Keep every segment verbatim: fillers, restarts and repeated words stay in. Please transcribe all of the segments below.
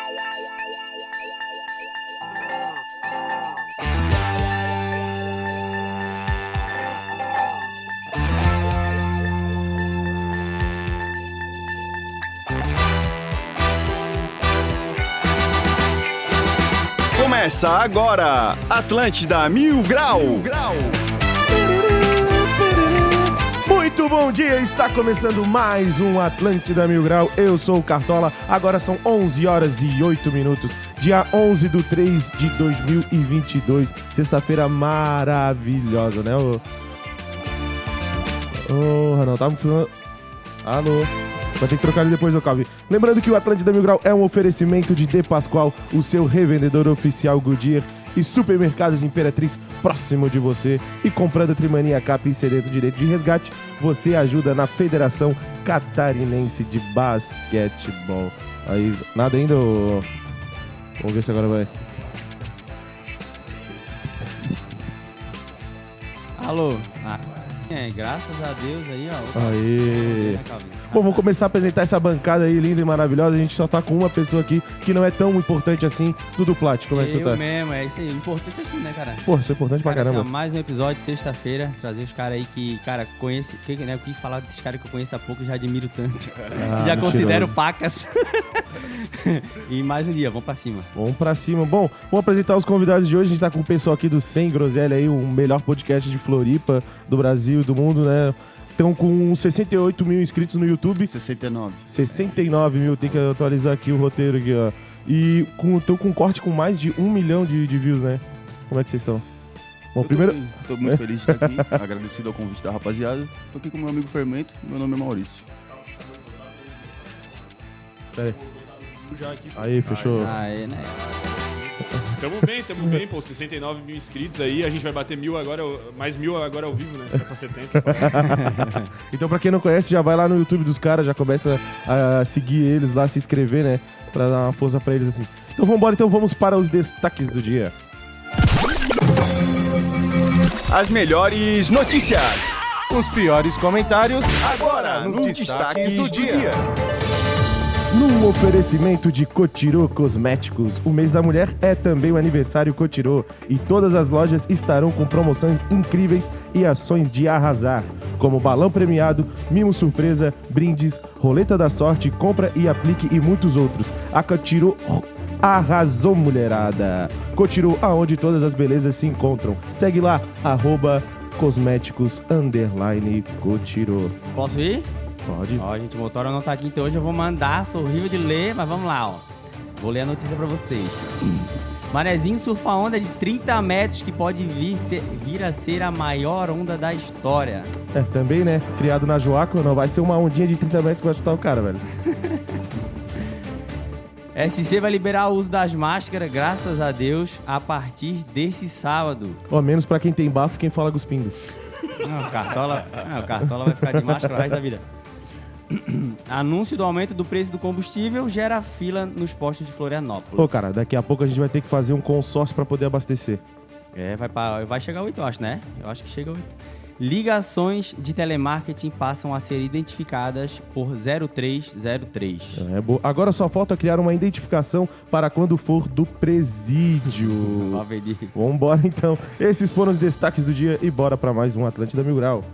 Começa agora, Atlântida Mil Grau. Mil Grau. Muito bom dia, está começando mais um Atlântida Mil Grau. Eu sou o Cartola, agora são onze horas e oito minutos, dia onze de três de dois mil e vinte e dois, sexta-feira maravilhosa, né? Ô, oh, Ranão, tá me filmando? Alô? Vai ter que trocar ele depois, ô Calvi. Lembrando que o Atlântida Mil Grau é um oferecimento de De Pascoal, o seu revendedor oficial Goodyear, e Supermercados Imperatriz próximo de você. E comprando Trimania Cap e cedendo direito de resgate, você ajuda na Federação Catarinense de Basquetebol. Aí, nada ainda, ô... Vamos ver se agora vai. Alô? Ah, é, graças a Deus aí, ó. Aê! Bom, vamos começar a apresentar essa bancada aí linda e maravilhosa. A gente só tá com uma pessoa aqui que não é tão importante assim, Dudu Plat. Como é que tu tá? Eu mesmo, é isso aí. O importante é isso, né, cara? Pô, isso é importante cara, pra caramba. Assim, ó, mais um episódio, sexta-feira, trazer os caras aí que, cara, conheço, que, né, eu quis falar desses caras que eu conheço há pouco e já admiro tanto. Ah, já considero pacas. E mais um dia, vamos pra cima. Vamos pra cima. Bom, vamos apresentar os convidados de hoje. A gente tá com o pessoal aqui do Sem Groselha aí, o melhor podcast de Floripa, do Brasil e do mundo, né? Estão com sessenta e oito mil inscritos no YouTube. sessenta e nove. sessenta e nove mil, tem que atualizar aqui o roteiro aqui, ó. E estão com um corte com mais de um milhão de, de views, né? Como é que vocês estão? Bom, eu primeiro... Tô, tô muito feliz de estar aqui, agradecido ao convite da rapaziada. Tô aqui com meu amigo Fermento, meu nome é Maurício. Pera aí. Aí, fechou. Aí, né? Tamo bem, tamo bem, pô, sessenta e nove mil inscritos aí, a gente vai bater mil agora, mais mil agora ao vivo, né? Já pra setenta. Então, pra quem não conhece, já vai lá no YouTube dos caras, já começa a seguir eles lá, se inscrever, né? Pra dar uma força pra eles assim. Então vambora, então vamos para os destaques do dia. As melhores notícias. Os piores comentários, agora nos, nos destaques, destaques do, do dia. dia. Num oferecimento de Cotirô Cosméticos, o mês da mulher é também o aniversário Cotirô e todas as lojas estarão com promoções incríveis e ações de arrasar, como balão premiado, mimo surpresa, brindes, roleta da sorte, compra e aplique e muitos outros. A Cotirô arrasou, mulherada! Cotirô, aonde todas as belezas se encontram. Segue lá, arroba cosméticos underline Cotirô. Posso ir? Pode. Ó, gente, o Motora não tá aqui, então hoje eu vou mandar, sou horrível de ler, mas vamos lá, ó. Vou ler a notícia pra vocês. Manezinho surfa onda de trinta metros que pode vir, ser, vir a ser a maior onda da história. É, também, né? Criado na Joaco, não vai ser uma ondinha de trinta metros que vai chutar o cara, velho. S C vai liberar o uso das máscaras, graças a Deus, a partir desse sábado. Ou menos pra quem tem bafo, quem fala cuspindo. Não, o Cartola, não, o Cartola vai ficar de máscara o resto da vida. Anúncio do aumento do preço do combustível gera fila nos postos de Florianópolis. Pô, cara, daqui a pouco a gente vai ter que fazer um consórcio pra poder abastecer. É, vai, pra, vai chegar a oito, eu acho, né? Eu acho que chega a oito. Ligações de telemarketing passam a ser identificadas por zero três zero três. É, boa. Agora só falta criar uma identificação para quando for do presídio. Vambora, então. Esses foram os destaques do dia e bora pra mais um Atlântida Mil Grau.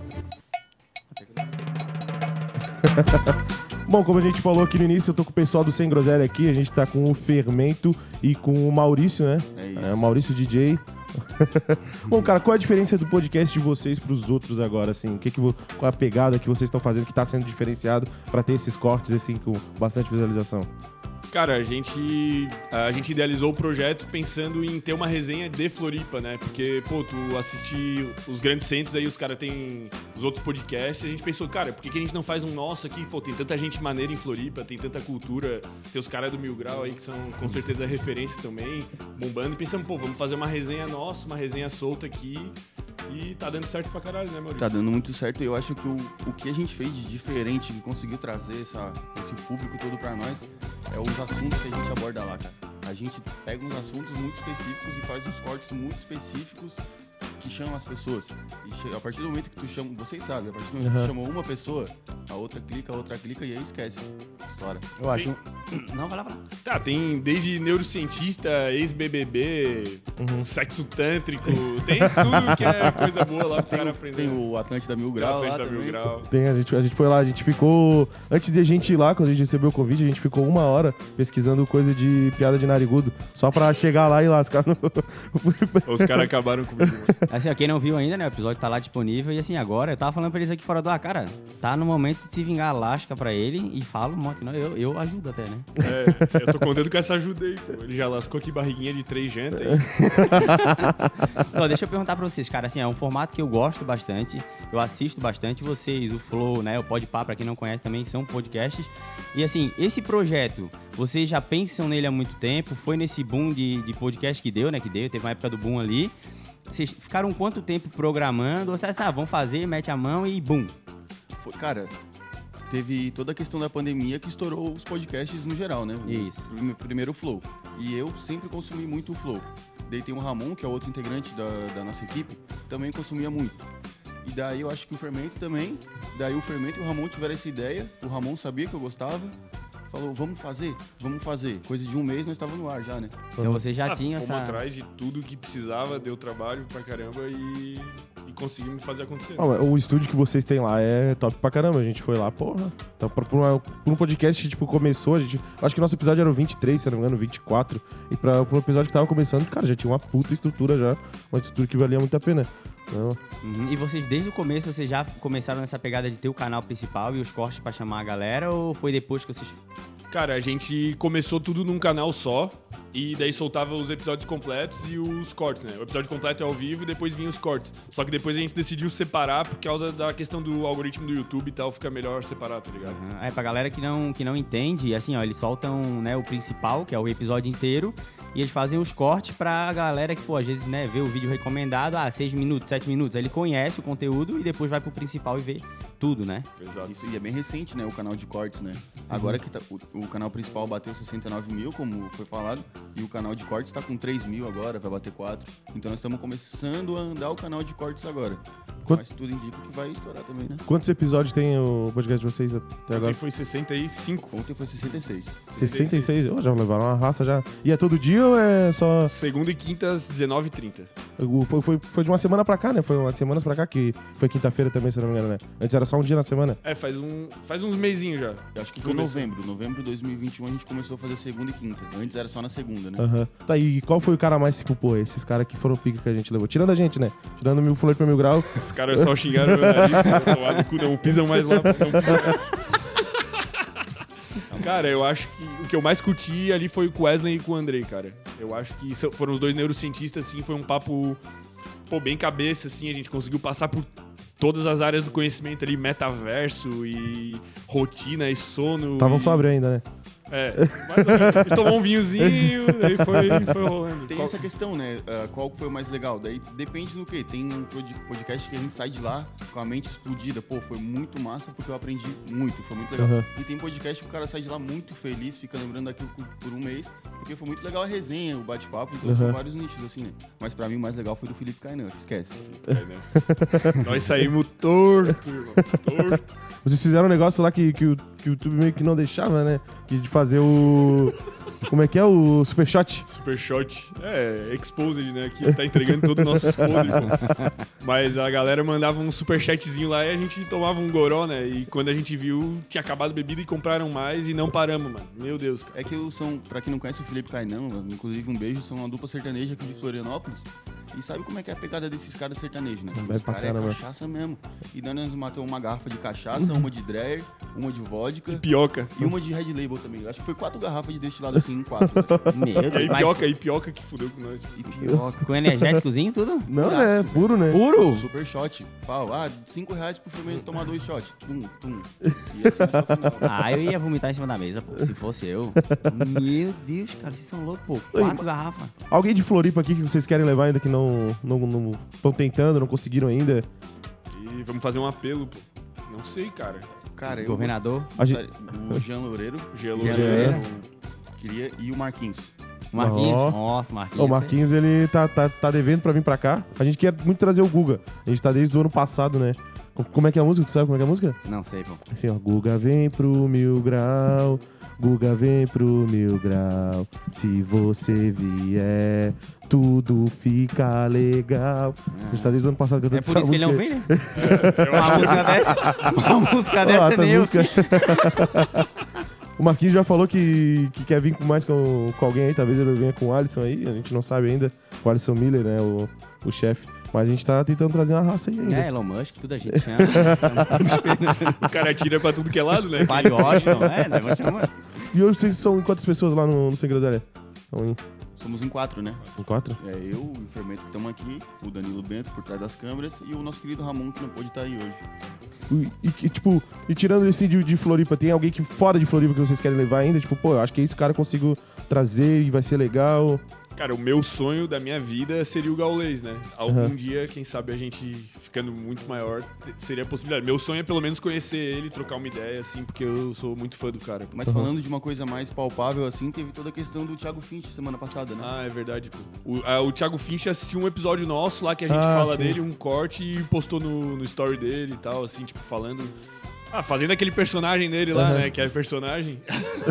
Bom, como a gente falou aqui no início, eu tô com o pessoal do Sem Groselha aqui, a gente tá com o Fermento e com o Maurício, né? É isso. É, o Maurício D J. Bom, cara, qual é a diferença do podcast de vocês pros outros agora, assim? O que que, qual é a pegada que vocês estão fazendo que tá sendo diferenciado pra ter esses cortes, assim, com bastante visualização? Cara, a gente, a gente idealizou o projeto pensando em ter uma resenha de Floripa, né? Porque, pô, tu assistir os grandes centros aí, os caras têm os outros podcasts, e a gente pensou, cara, por que, que a gente não faz um nosso aqui? Pô, tem tanta gente maneira em Floripa, tem tanta cultura, tem os caras do Mil Grau aí que são com certeza referência também, bombando, e pensamos, pô, vamos fazer uma resenha nossa, uma resenha solta aqui, e tá dando certo pra caralho, né, Maurício? Tá dando muito certo, e eu acho que o, o que a gente fez de diferente, que conseguiu trazer essa, esse público todo pra nós, é os assuntos que a gente aborda lá, cara. A gente pega uns assuntos muito específicos e faz uns cortes muito específicos que chamam as pessoas. E a partir do momento que tu chama, vocês sabem, a partir do momento uhum. que tu chamou uma pessoa, a outra clica, a outra clica e aí esquece. História. Eu acho, Não, vai lá, vai lá. Tá, tem desde neurocientista, ex-B B B, Uhum. sexo tântrico, tem tudo que é coisa boa lá pro Tem, cara o- aprender. tem o Atlântida Mil Grau lá Atlântida Mil também. Grau. Tem, a gente, a gente foi lá, a gente ficou... Antes de a gente ir lá, quando a gente recebeu o convite, a gente ficou uma hora pesquisando coisa de piada de narigudo, só pra chegar lá e lascar no... Os caras acabaram comigo. Assim, ó, quem não viu ainda, né? O episódio tá lá disponível. E assim, agora, eu tava falando pra eles aqui fora do ar, cara, tá no momento de se vingar, lasca pra ele e fala um monte. Não, eu, eu ajudo até, né? É, eu tô contando com essa ajuda aí, pô. Ele já lascou aqui barriguinha de três jantas aí. Ó, deixa eu perguntar pra vocês, cara, assim, é um formato que eu gosto bastante, eu assisto bastante vocês, o Flow, né, o Podpah, pra quem não conhece também, são podcasts. E assim, esse projeto, vocês já pensam nele há muito tempo, foi nesse boom de, de podcast que deu, né, que deu, teve uma época do boom ali. Vocês ficaram quanto tempo programando? Ou vocês, ah, vão fazer, mete a mão e bum. Foi- Cara, teve toda a questão da pandemia que estourou os podcasts no geral, né? O- Isso. prime- Primeiro o Flow. E eu sempre consumi muito o Flow. Daí tem o Ramon, que é outro integrante da, da nossa equipe, também consumia muito. E daí eu acho que o Fermento também. Daí o Fermento e o Ramon tiveram essa ideia. O Ramon sabia que eu gostava. Falou, vamos fazer? Vamos fazer. Coisa de um mês nós estávamos no ar já, né? Então vocês já Ah, tinham fomos essa... atrás de tudo que precisava, deu trabalho pra caramba e, e conseguimos fazer acontecer. Ah, mas o estúdio que vocês têm lá é top pra caramba. A gente foi lá, porra. Então, pra, pra, uma- pra um podcast que tipo, começou, a gente. Acho que nosso episódio era o vinte e três, se não me engano, vinte e quatro. E pra, pra um episódio que tava começando, cara, já tinha uma puta estrutura já. Uma estrutura que valia muito a pena. Então, Uhum. E vocês, desde o começo, vocês já começaram nessa pegada de ter o canal principal e os cortes pra chamar a galera? Ou foi depois que vocês... Cara, a gente começou tudo num canal só e daí soltava os episódios completos e os cortes, né? O episódio completo é ao vivo e depois vinha os cortes. Só que depois a gente decidiu separar por causa da questão do algoritmo do YouTube e tal, fica melhor separar, tá ligado? Uhum. É, pra galera que não, que não entende, assim, ó, eles soltam, né, o principal, que é o episódio inteiro, e eles fazem os cortes pra galera que, pô, às vezes, né, vê o vídeo recomendado, ah, seis minutos, sete minutos, aí ele conhece o conteúdo e depois vai pro principal e vê tudo, né? Exato. Isso, e é bem recente, né? O canal de cortes, né? Agora que tá, o, o canal principal bateu sessenta e nove mil, como foi falado, e o canal de cortes tá com três mil agora, vai bater quatro. Então nós estamos começando a andar o canal de cortes agora. Quanto- Mas tudo indica que vai estourar também, né? quantos episódios tem o podcast de vocês até Ontem agora? foi sessenta e cinco. Ontem foi sessenta e seis. sessenta e seis? Oh, já levaram uma raça já. E é todo dia ou é só. Segunda e quinta às dezenove e trinta. o- Foi, foi, foi de uma semana pra cá, né? Foi umas semanas pra cá, que foi quinta-feira também, se não me engano, né? Antes era só um dia na semana. É, faz, um, faz uns meizinhos já. Eu acho que foi Começou. novembro. Novembro de dois mil e vinte e um a gente começou a fazer segunda e quinta. Antes era só na segunda, né? Aham. Tá, e qual foi o cara mais, tipo, pô, esses caras que foram pica que a gente levou? Tirando a gente, né? Tirando o Mil Flor pra Mil Grau. Os caras só xingaram meu nariz, tomar no cu, não pisam mais lá. Não pisam. Cara, eu acho que o que eu mais curti ali foi com o Wesley e com o Andrei, cara. Eu acho que são- foram os dois neurocientistas, assim, foi um papo, pô, bem cabeça, assim, a gente conseguiu passar por todas as áreas do conhecimento ali, metaverso e rotina e sono. Estavam e... sóbrios ainda, né? É, mais ou menos. A gente tomou um vinhozinho, daí foi, foi rolando. Tem Qual- essa questão, né? Ah, qual foi o mais legal? Daí depende do quê? Tem um pod- podcast que a gente sai de lá com a mente explodida. Pô, foi muito massa porque eu aprendi muito, foi muito legal. Uhum. E tem podcast que o cara sai de lá muito feliz, fica lembrando daquilo por, por um mês, porque foi muito legal a resenha, o bate-papo, então são Uhum. vários nichos, assim, né? Mas pra mim o mais legal foi do Felipe Kainan, esquece. É, né? Nós saímos torto, irmão, torto. Vocês fizeram um negócio lá que, que, o, que o YouTube meio que não deixava, né? Que de fazer o... Como é que é? O Supershot. Super shot. É, exposed, né? Que tá entregando todos os nossos podres, pô. Mas a galera mandava um super chatzinho lá e a gente tomava um goró, né? E quando a gente viu, tinha acabado a bebida e compraram mais e não paramos, mano. Meu Deus, cara. É que eu são, pra quem não conhece o Felipe Kainan, inclusive um beijo, são uma dupla sertaneja aqui de Florianópolis. E sabe como é que é a pegada desses caras sertanejos, né? Bebe Os pra caras é caramba. cachaça mesmo. E daí nós matamos uma garrafa de cachaça, uma de Dreyer, uma de vodka Pioca. e uma de Red Label também. Acho que foi quatro garrafas de destilado assim em quatro. Né? Meu E aí, Deus, mas pioca, aí, pioca que fudeu com nós. E pioca. com energéticozinho e tudo? Não, né? Puro, né? Puro? Super shot. Pau. Ah, cinco reais pro fermento tomar dois shots. Tum, tum. E assim até o final. Ah, eu ia vomitar em cima da mesa, pô, se fosse eu. Meu Deus, cara, vocês são loucos, pô. Quatro garrafas. Alguém de Floripa aqui que vocês querem levar ainda que não não estão tentando, não conseguiram ainda? E vamos fazer um apelo, pô. Não sei, cara. Cara, eu Governador. A gente- gostaria- o Jean Loureiro Gelo. Gelo. Gelo. queria e o Marquinhos. O Marquinhos. Ó. Nossa, Marquinhos. O Marquinhos, ele tá, tá, tá devendo pra vir pra cá. A gente quer muito trazer o Guga. A gente tá desde o ano passado, né? Co- Como é que é a música? Tu sabe como é que é a música? Não sei, pô. Assim, ó. Guga vem pro mil grau. Guga vem pro Mil Grau. Se você vier, tudo fica legal. A gente tá desde o ano passado cantando É por isso que ele não vem, né? Eu Uma acho música dessa, uma música Ó, dessa essa nem eu. música- O Marquinhos já falou que, que quer vir com mais com, com alguém aí. Talvez ele venha com o Alisson aí. A gente não sabe ainda. O Alisson Miller, né? O, o chefe. Mas a gente tá tentando trazer uma raça aí ainda. É, Elon Musk, tudo a gente chama. Estamos esperando. O cara tira pra tudo que é lado, né? Padre Washington, é, né? Vamos chamar. E hoje vocês são quantas pessoas lá no, no Sem Groselha? São em, Somos em quatro, né? em quatro? É eu, o Fermento que estamos aqui, o Danilo Bento por trás das câmeras e o nosso querido Ramon que não pôde estar aí hoje. E, e, tipo, e tirando esse de, de Floripa, tem alguém que fora de Floripa que vocês querem levar ainda? Tipo, pô, eu acho que esse cara eu consigo trazer e vai ser legal. Cara, o meu sonho da minha vida seria o Gaulês, né? Algum Uhum. dia, quem sabe a gente ficando muito maior, seria a possibilidade. Meu sonho é pelo menos conhecer ele, trocar uma ideia, assim, porque eu sou muito fã do cara. Mas falando de uma coisa mais palpável assim, teve toda a questão do Thiago Finch semana passada, né? Ah, é verdade, pô. O, a, o Thiago Finch assistiu um episódio nosso lá que a gente Ah, fala sim. dele, um corte, e postou no, no story dele e tal, assim, tipo, falando... Ah, fazendo aquele personagem dele lá, Uhum. né? Que é personagem.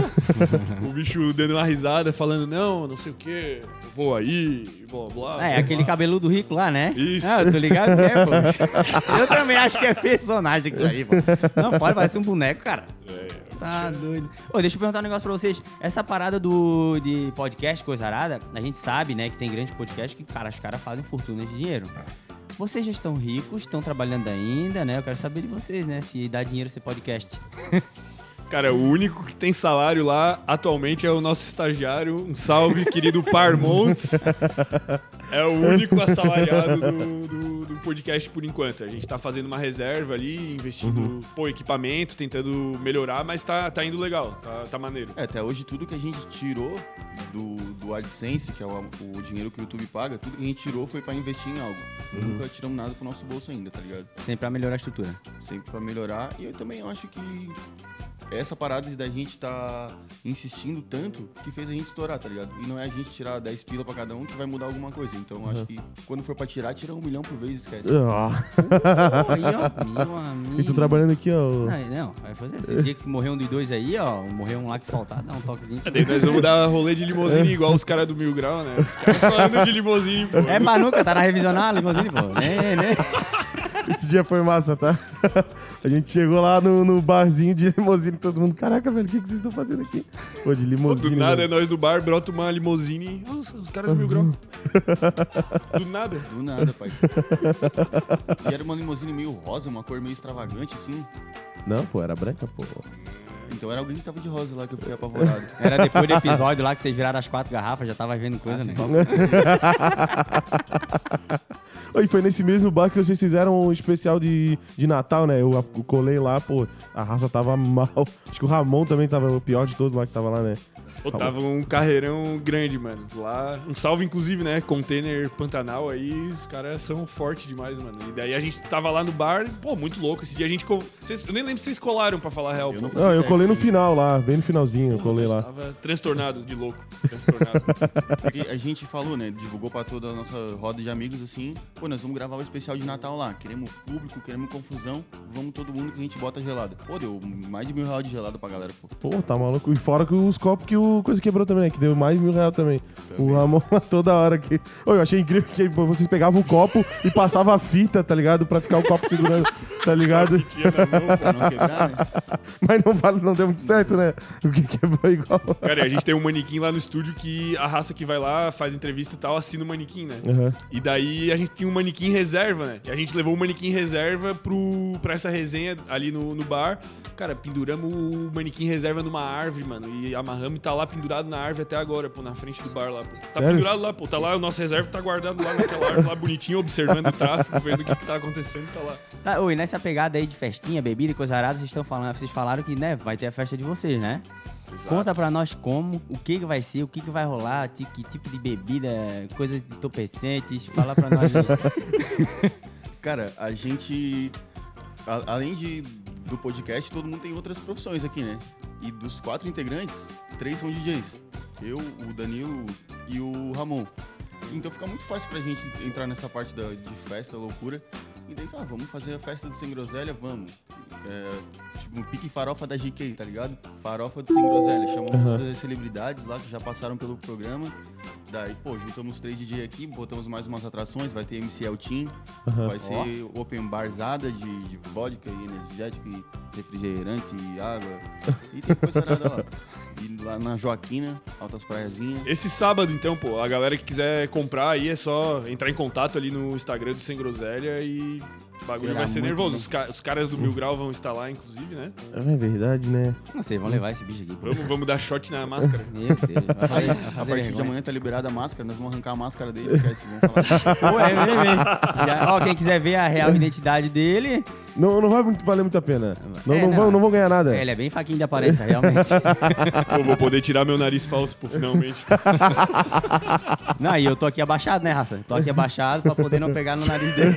O bicho dando uma risada, falando, não, não sei o quê, eu vou aí, blá, blá. É, aquele cabeludo rico lá, né? Isso. Ah, eu tô ligado que é, pô. Eu também acho que é personagem aquilo aí, pô. Não pode, parece um boneco, cara. É, Tá doido. Ô, deixa eu perguntar um negócio pra vocês. Essa parada do, de podcast, coisa arada, a gente sabe, né, que tem grandes podcasts que, cara, os caras fazem fortuna de dinheiro. Vocês já estão ricos, estão trabalhando ainda, né? Eu quero saber de vocês, né? Se dá dinheiro ser podcast. Cara, o único que tem salário lá atualmente é o nosso estagiário. Um salve, querido Parmontes. É o único assalariado do, do, do podcast por enquanto. A gente tá fazendo uma reserva ali, investindo Uhum. pô, equipamento, tentando melhorar, mas tá, tá indo legal, tá, tá maneiro. É, até hoje tudo que a gente tirou do, do AdSense, que é o, o dinheiro que o YouTube paga, tudo que a gente tirou foi pra investir em algo. Nunca tiramos nada pro nosso bolso ainda, tá ligado? Sempre pra melhorar a estrutura. Sempre pra melhorar. E eu também acho que essa parada da gente tá insistindo tanto que fez a gente estourar, tá ligado? E não é a gente tirar dez pila pra cada um que vai mudar alguma coisa. Então eu acho que quando for pra tirar, tira um milhão por vez e esquece. Ah. Pô, aí, ó, meu amigo. E tu trabalhando aqui, ó. Não, não, vai fazer esse dia que morreu um dos dois aí, ó. Morreu um lá que faltar, dá um toquezinho. Daí nós vamos dar rolê de limousine igual os caras do Mil Grau, né? Os caras só andam de limousine, pô. É pra nunca, tá na revisional, limousine, pô. Nem, nem. Esse dia foi massa, tá? A gente chegou lá no, no barzinho de limousine, todo mundo, caraca, velho, o que, que vocês estão fazendo aqui? Pô, de Pô, limousine. do nada é velho. nós do bar, brota uma limousine. Os, os caras do Mil Grau. Do nada. Do nada, pai. E era uma limusine meio rosa, uma cor meio extravagante, assim. Não, pô, era branca, pô. Então era alguém que tava de rosa lá que eu fiquei apavorado. Era depois do episódio lá que vocês viraram as quatro garrafas, já tava vendo coisa, Ah, né? E foi nesse mesmo bar que vocês fizeram um especial de, de Natal, né? Eu, eu colei lá, pô, a raça tava mal. Acho que o Ramon também tava o pior de todos lá que tava lá, né? Pô, tava um carreirão grande, mano. Lá, um salve, inclusive, né? Container Pantanal aí, os caras são fortes demais, mano. E daí a gente tava lá no bar, pô, muito louco. Esse dia a gente. Co... Vocês... Eu nem lembro se vocês colaram pra falar a real. Eu pô. não Não, eu É, colei no sim. final lá, bem no finalzinho, eu colei lá. Tava transtornado de louco. Transtornado. Porque a gente falou, né? Divulgou pra toda a nossa roda de amigos assim. Pô, nós vamos gravar o especial de Natal lá. Queremos público, queremos confusão. Vamos todo mundo que a gente bota gelada. Pô, deu mais de mil reais de gelada pra galera, pô. Pô, tá maluco. E fora que os copos que o Coisa Quebrou também, né? Que deu mais de mil reais também. Também. O Ramon toda hora que... Ô, eu achei incrível que vocês pegavam o copo e passavam a fita, tá ligado? Pra ficar o copo segurando, tá ligado? Tinha na mão, Pra não quebrar, né? Mas não, vale, não deu muito certo, né? O que quebrou igual. Cara, a gente tem um manequim lá no estúdio que a raça que vai lá, faz entrevista e tal, assina o manequim, né? Uhum. E daí a gente tinha um manequim reserva, né? E a gente levou o manequim reserva pro, pra essa resenha ali no, no bar. Cara, penduramos o manequim reserva numa árvore, mano. E amarramos e tá lá pendurado na árvore até agora, pô, na frente do bar lá, pô. Tá Sério? pendurado lá, pô. Tá lá, o nosso reserva tá guardado lá naquela árvore lá bonitinho, observando o tráfego, vendo o que, que tá acontecendo, tá lá. Tá, oi, nessa pegada aí de festinha, bebida e coisa arada, vocês estão falando, vocês falaram que, né, vai ter a festa de vocês, né? Exato. Conta pra nós como, o que que vai ser, o que que vai rolar, que, que tipo de bebida, coisas de entorpecentes, fala pra nós aí. Cara, a gente... a- além de, do podcast, todo mundo tem outras profissões aqui, né? E dos quatro integrantes, três são D Js. Eu, o Danilo e o Ramon. Então fica muito fácil pra gente entrar nessa parte da, de festa, loucura. E daí, ah, vamos fazer a festa do Sem Groselha? Vamos. É, tipo, um pique farofa da G K, tá ligado? Farofa do Sem Groselha. Chamamos uhum. todas as celebridades lá que já passaram pelo programa. Daí, pô, juntamos três D J aqui, botamos mais umas atrações. Vai ter M C Eltim, uhum. vai ser oh. open barzada de, de vodka e energético e refrigerante e água. E tem coisa nada lá. E lá na Joaquina, Altas Praiazinhas. Esse sábado, então, pô, a galera que quiser comprar aí é só entrar em contato ali no Instagram do Sem Groselha e o bagulho Será vai ser nervoso. Os, ca- os caras do Mil Grau vão estar lá, inclusive, né? É verdade, né? Não sei, vamos levar esse bicho aqui. Vamos, vamos dar shot na máscara. Meu Deus, vai fazer, vai fazer a partir vergonha. de amanhã tá liberada a máscara, nós vamos arrancar a máscara dele. Esquece, vamos falar. Ué, vem, vem. Já, ó, quem quiser ver a real identidade dele... Não, não vai muito, valer muito a pena. Não, É, não, não. Vão, não vão ganhar nada. É, ele é bem faquinho de aparência, realmente. Pô, vou poder tirar meu nariz falso, pô, finalmente. Não, e eu tô aqui abaixado, né, raça? Tô aqui abaixado pra poder não pegar no nariz dele.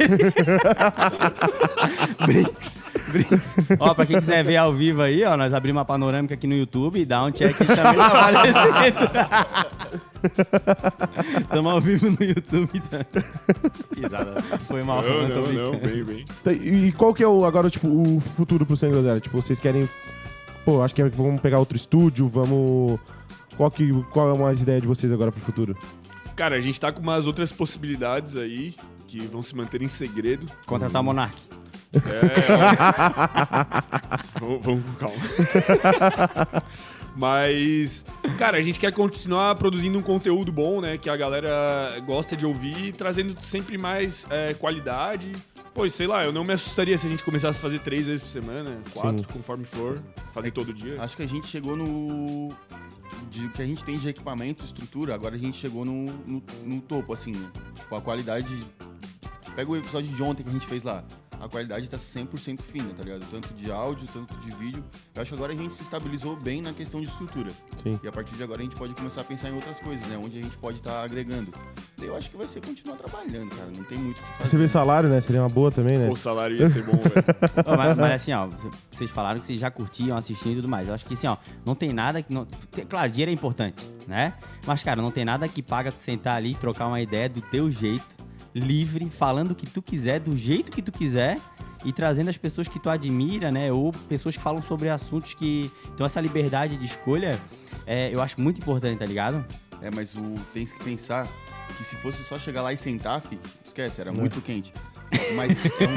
Brinks, Brinks. Ó, pra quem quiser ver ao vivo aí, ó, nós abrimos uma panorâmica aqui no YouTube, dá um check também tá aparecendo. Estamos ao vivo no YouTube. Tá? Pisada. Foi mal. Não, não, não, não, bem, bem. E qual que é o, agora, tipo, o futuro pro Sem Groselha? Tipo, vocês querem... Pô, acho que vamos pegar outro estúdio, vamos... Qual, que, qual é mais ideia de vocês agora pro futuro? Cara, a gente tá com umas outras possibilidades aí que vão se manter em segredo. Contratar o Monark. É, vamos, vamos com calma. Mas, cara, a gente quer continuar produzindo um conteúdo bom, né? Que a galera gosta de ouvir, trazendo sempre mais é, qualidade. Pô, sei lá, eu não me assustaria se a gente começasse a fazer três vezes por semana, quatro, Sim. conforme for, fazer é, todo dia. Acho que a gente chegou no... De que a gente tem de equipamento, estrutura, agora a gente chegou no, no, no topo, assim, né? Tipo, a qualidade... Pega o episódio de ontem que a gente fez lá. A qualidade tá cem por cento fina, tá ligado? Tanto de áudio, tanto de vídeo. Eu acho que agora a gente se estabilizou bem na questão de estrutura. Sim. E a partir de agora a gente pode começar a pensar em outras coisas, né? Onde a gente pode estar tá agregando. Eu acho que vai ser continuar trabalhando, cara. Não tem muito o que fazer. Você vê salário, né? Seria uma boa também, né? O salário ia ser bom, velho. Oh, mas, mas assim, ó, vocês falaram que vocês já curtiam, assistindo e tudo mais. Eu acho que assim, ó, não tem nada que... Não, claro, dinheiro é importante, né? Mas, cara, não tem nada que paga tu sentar ali e trocar uma ideia do teu jeito, livre, falando o que tu quiser, do jeito que tu quiser e trazendo as pessoas que tu admira, né? Ou pessoas que falam sobre assuntos que... Então, essa liberdade de escolha, é, eu acho muito importante, tá ligado? É, mas o, tem que pensar que se fosse só chegar lá e sentar, fi, esquece, era muito quente. Mas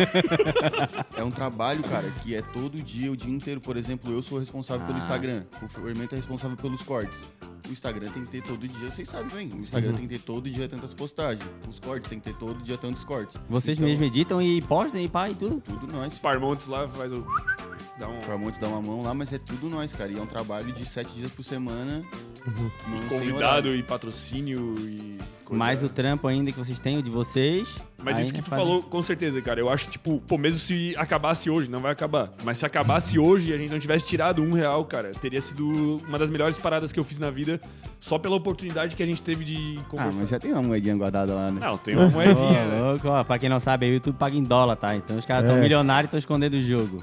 é um, é um trabalho, cara, que é todo dia, o dia inteiro. Por exemplo, eu sou responsável ah. pelo Instagram, o Fermento é responsável pelos cortes. O Instagram tem que ter todo dia, vocês sabem bem, o Instagram uhum. tem que ter todo dia tantas postagens. Os cortes tem que ter todo dia tantos cortes. Vocês então, mesmos editam e postam e pá e tudo? Tudo nós. Parmontes lá faz o... Dá um... Parmontes dá uma mão lá, mas é tudo nós, cara. E é um trabalho de sete dias por semana. Uhum. Convidado e patrocínio e... Coisa... Mais o trampo ainda que vocês têm, o de vocês. Mas isso que tu fazem... falou, com certeza, cara. Eu acho que, tipo, pô, mesmo se acabasse hoje, não vai acabar. Mas se acabasse hoje e a gente não tivesse tirado um real, cara, teria sido uma das melhores paradas que eu fiz na vida, só pela oportunidade que a gente teve de conversar. Ah, mas já tem uma moedinha guardada lá, né? Não, tem uma moedinha, né? Louco, ó, pra quem não sabe, o YouTube paga em dólar, tá? Então os caras estão é. milionários e estão escondendo o jogo.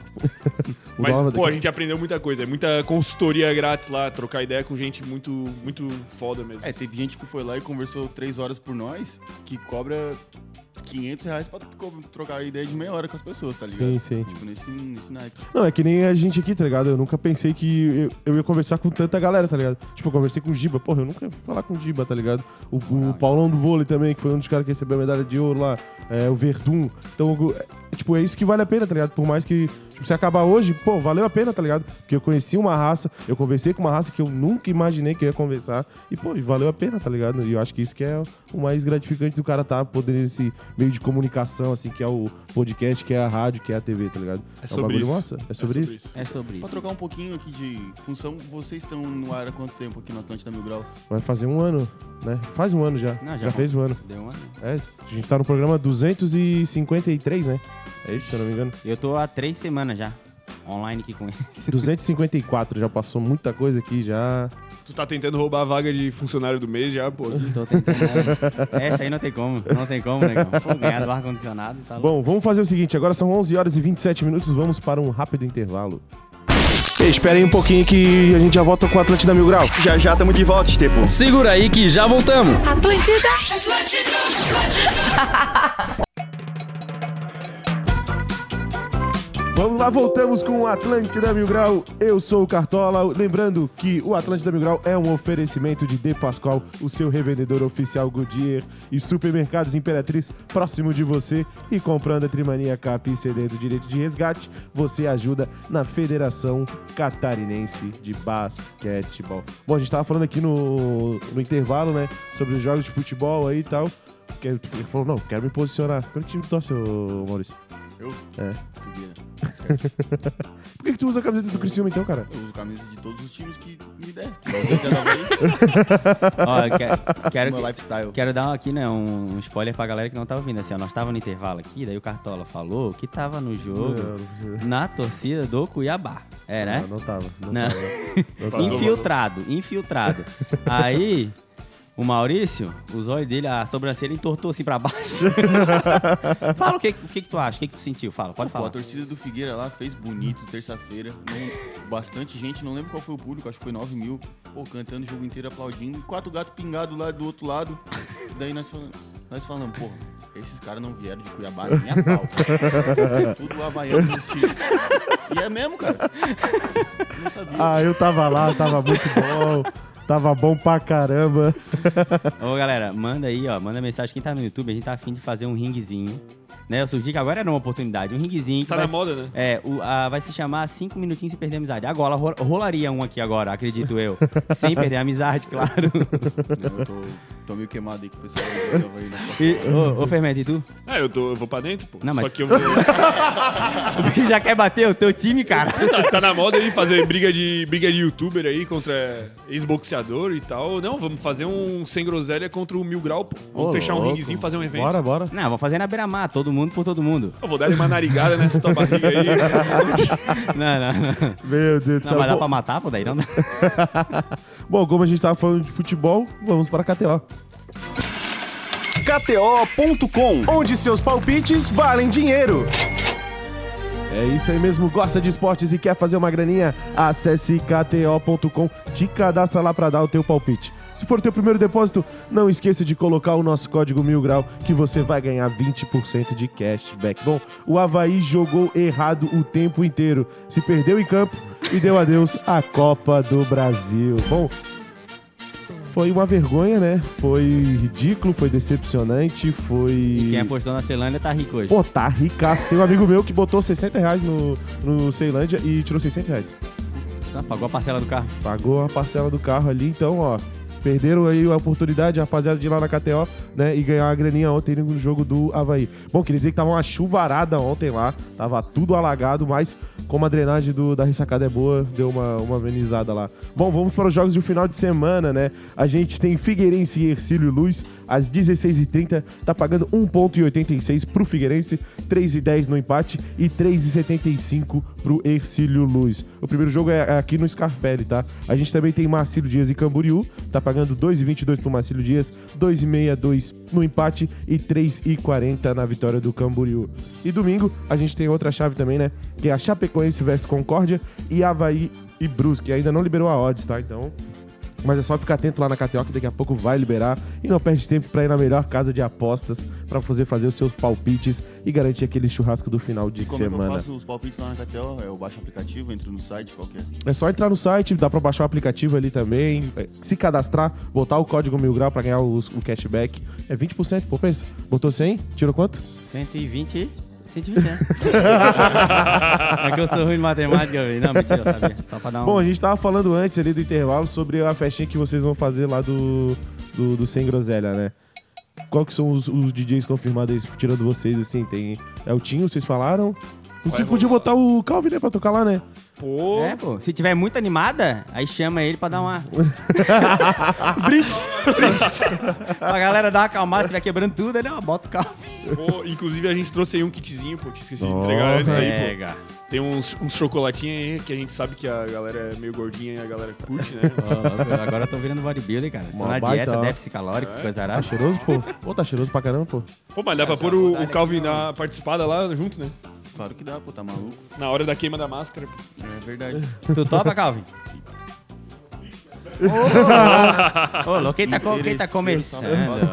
Mas, pô, a gente aprendeu muita coisa. É muita consultoria grátis lá, trocar ideia com gente muito, muito foda mesmo. É, teve gente que foi lá e conversou três horas por nós, que cobra quinhentos reais pra trocar ideia de meia hora com as pessoas, tá ligado? Sim, sim. Tipo, nesse, nesse naipe. Não, é que nem a gente aqui, tá ligado? Eu nunca pensei que eu, eu ia conversar com tanta galera, tá ligado? Tipo, eu conversei com o Giba. Porra, eu nunca ia falar com o Giba, tá ligado? O, o Paulão do vôlei também, que foi um dos caras que recebeu a medalha de ouro lá. É, o Verdun. Então, é, tipo, é isso que vale a pena, tá ligado? Por mais que... Tipo, se acabar hoje, pô, valeu a pena, tá ligado? Porque eu conheci uma raça, eu conversei com uma raça que eu nunca imaginei que eu ia conversar. E, pô, valeu a pena, tá ligado? E eu acho que isso que é o mais gratificante do cara tá, poder esse meio de comunicação, assim, que é o podcast, que é a rádio, que é a T V, tá ligado? É, é sobre um bagulho isso. massa. É sobre, é sobre isso? isso? É sobre isso. Pra trocar um pouquinho aqui de função, vocês estão no ar há quanto tempo aqui no Atlântida Mil Grau? Vai fazer um ano, né? Faz um ano já. Não, já já fez um ano. Deu um ano. É, a gente tá no programa duzentos e cinquenta e três, né? É isso, se eu não me engano. Eu tô há três semanas já. Online aqui com eles. duzentos e cinquenta e quatro, já passou muita coisa aqui, já. Tu tá tentando roubar a vaga de funcionário do mês já, pô? Tô tentando. Essa aí não tem como, não tem como, negão. Pô, ganhar do ar-condicionado, tá louco. Bom, vamos fazer o seguinte, agora são onze horas e vinte e sete minutos, vamos para um rápido intervalo. Ei, espera aí um pouquinho que a gente já volta com a Atlântida Mil Grau. Já já tamo de volta, Estepo. Segura aí que já voltamos. Atlântida! Atlântida! Vamos lá, voltamos com o Atlântida Mil Grau. Eu sou o Cartola. Lembrando que o Atlântida Mil Grau é um oferecimento de De Pascoal, o seu revendedor oficial Goodyear e Supermercados Imperatriz próximo de você. E comprando a Trimania Cap e cedendo direito de resgate, você ajuda na Federação Catarinense de Basquetebol. Bom, a gente tava falando aqui no, no intervalo, né, sobre os jogos de futebol aí e tal. Ele falou, não, quero me posicionar. Qual que time tu torce, ô, Maurício? Eu? É. Figueira. Por que, que tu usa a camiseta do Criciúma então, cara? Eu uso camisa de todos os times que me der. Aí, Ó, eu quero, quero, meu lifestyle. quero dar aqui, né, um spoiler pra galera que não tá ouvindo. Assim, ó, nós tava no intervalo aqui, daí o Cartola falou que tava no jogo Não, não, na torcida do Cuiabá. É, né? não, não tava. Não, Não. tava. Não tava. Infiltrado, infiltrado. Aí, o Maurício, os olhos dele, a sobrancelha entortou assim pra baixo. Fala o que, o que que tu acha, o que que tu sentiu? Fala, pode Pô, a falar. torcida do Figueira lá fez bonito, terça-feira. Não- Bastante gente, não lembro qual foi o público, acho que foi nove mil. Pô, cantando o jogo inteiro, aplaudindo. E quatro gatos pingados lá do outro lado. Daí nós falamos, nós falamos pô, esses caras não vieram de Cuiabá nem a pau. É tudo havaiano nos times. E é mesmo, cara. Não sabia. Ah, eu tava lá, tava muito bom. Tava bom pra caramba. Ô, galera, manda aí, ó, manda mensagem. Quem tá no YouTube, a gente tá afim de fazer um ringuezinho. Né, eu sugeri que agora era uma oportunidade, um ringuezinho. Que Tá vai na se- moda, né? É, o, a, vai se chamar cinco minutinhos sem perder a amizade. Agora, ro- rolaria um aqui agora, acredito eu. Sem perder a amizade, claro. Não, eu tô, tô meio queimado aí com o pessoal do Havaí, né? E, ô, ô, Fermento, e tu? É, eu, tô, eu vou pra dentro, pô. Não, mas- Só que eu vou... O bicho já quer bater o teu time, cara. tá, tá na moda aí fazer briga de, briga de youtuber aí contra ex-boxeador e tal. Não, vamos fazer um sem groselha contra o Mil Grau, pô. Vamos Ô, fechar um louco. ringuezinho e fazer um evento. Bora, bora. Não, vamos fazer na beira-mar, todo mundo por todo mundo. Eu vou dar uma narigada nessa tua barriga aí. Não, não, não. Meu Deus do Não, céu. mas dá Bom, pra matar, pô, daí não dá. bom, como a gente tava falando de futebol, vamos para a K T O. K T O ponto com, onde seus palpites valem dinheiro. É isso aí mesmo, gosta de esportes e quer fazer uma graninha? Acesse K T O ponto com, te cadastra lá pra dar o teu palpite. Se for teu primeiro depósito, não esqueça de colocar o nosso código Mil Grau, que você vai ganhar vinte por cento de cashback. Bom, o Avaí jogou errado o tempo inteiro, se perdeu em campo e deu adeus à Copa do Brasil. Bom, foi uma vergonha, né? Foi ridículo, foi decepcionante, foi... E quem apostou na Ceilândia tá rico hoje. Pô, tá ricaço. Tem um amigo meu que botou sessenta reais no, no Ceilândia e tirou seiscentos reais. Ah, pagou a parcela do carro. Pagou a parcela do carro ali, então, ó. Perderam aí a oportunidade, a rapaziada, de ir lá na K T O, né? E ganhar uma graninha ontem no jogo do Avaí. Bom, queria dizer que tava uma chuvarada ontem lá. Tava tudo alagado, mas como a drenagem do, da ressacada é boa, deu uma, uma amenizada lá. Bom, vamos para os jogos do final de semana, né? A gente tem Figueirense e Hercílio Luz, às dezesseis e trinta. Tá pagando um vírgula oitenta e seis pro Figueirense, três e dez no empate e três e setenta e cinco pro Hercílio Luz. O primeiro jogo é aqui no Scarpelli, tá? A gente também tem Marcílio Dias e Camboriú, tá pagando dois e vinte e dois pro Marcílio Dias, dois e sessenta e dois no empate e três e quarenta na vitória do Camboriú. E domingo a gente tem outra chave também, né? Que é a Chapecoense versus Concórdia e Avaí e Brusque. Ainda não liberou a odds, tá? Então... Mas é só ficar atento lá na K T O que daqui a pouco vai liberar. E não perde tempo pra ir na melhor casa de apostas pra você fazer os seus palpites e garantir aquele churrasco do final de E como é que eu semana. faço os palpites lá na K T O? Eu baixo o aplicativo, entro no site, qual que é? É só entrar no site, dá pra baixar o aplicativo ali também, se cadastrar, botar o código Mil Grau pra ganhar os- o cashback. É vinte por cento, pô, pensa. Botou cem, tirou quanto? cento e vinte, cento e vinte. É que eu sou ruim em matemática, velho. Não, mentira, eu sabia. Só pra dar um... Bom, a gente tava falando antes ali do intervalo sobre a festinha que vocês vão fazer lá do, do, do Sem Groselha, né? Qual que são os, os D Js confirmados aí, tirando vocês, assim? Tem... É o Tinho, vocês falaram? Vocês podiam botar o Calvin, né, pra tocar lá, né? Pô, É, pô. Se tiver muito animada, aí chama ele pra dar uma... Brits! pra galera dar uma acalmada, se estiver quebrando tudo, aí não, bota o carro. pô, inclusive a gente trouxe aí um kitzinho, pô, te esqueci de Oh, entregar antes aí, pô. Pega. Tem uns, uns chocolatinhos aí que a gente sabe que a galera é meio gordinha e a galera curte, né? Ó, agora eu tô virando bodybuilder, cara. Tô Uma na baita, dieta, ó. déficit calórico, coisa Tá arada. cheiroso, pô? Pô, tá cheiroso pra caramba, pô. Pô, mas dá pra já pôr vou o, dar o aqui, Calvin ó. na participada lá junto, né? Claro que dá, pô, tá maluco? Na hora da queima da máscara. Pô. É verdade. Tu topa, Calvin? Ô, louco, quem tá, co- quem tá Interesseiro, começando?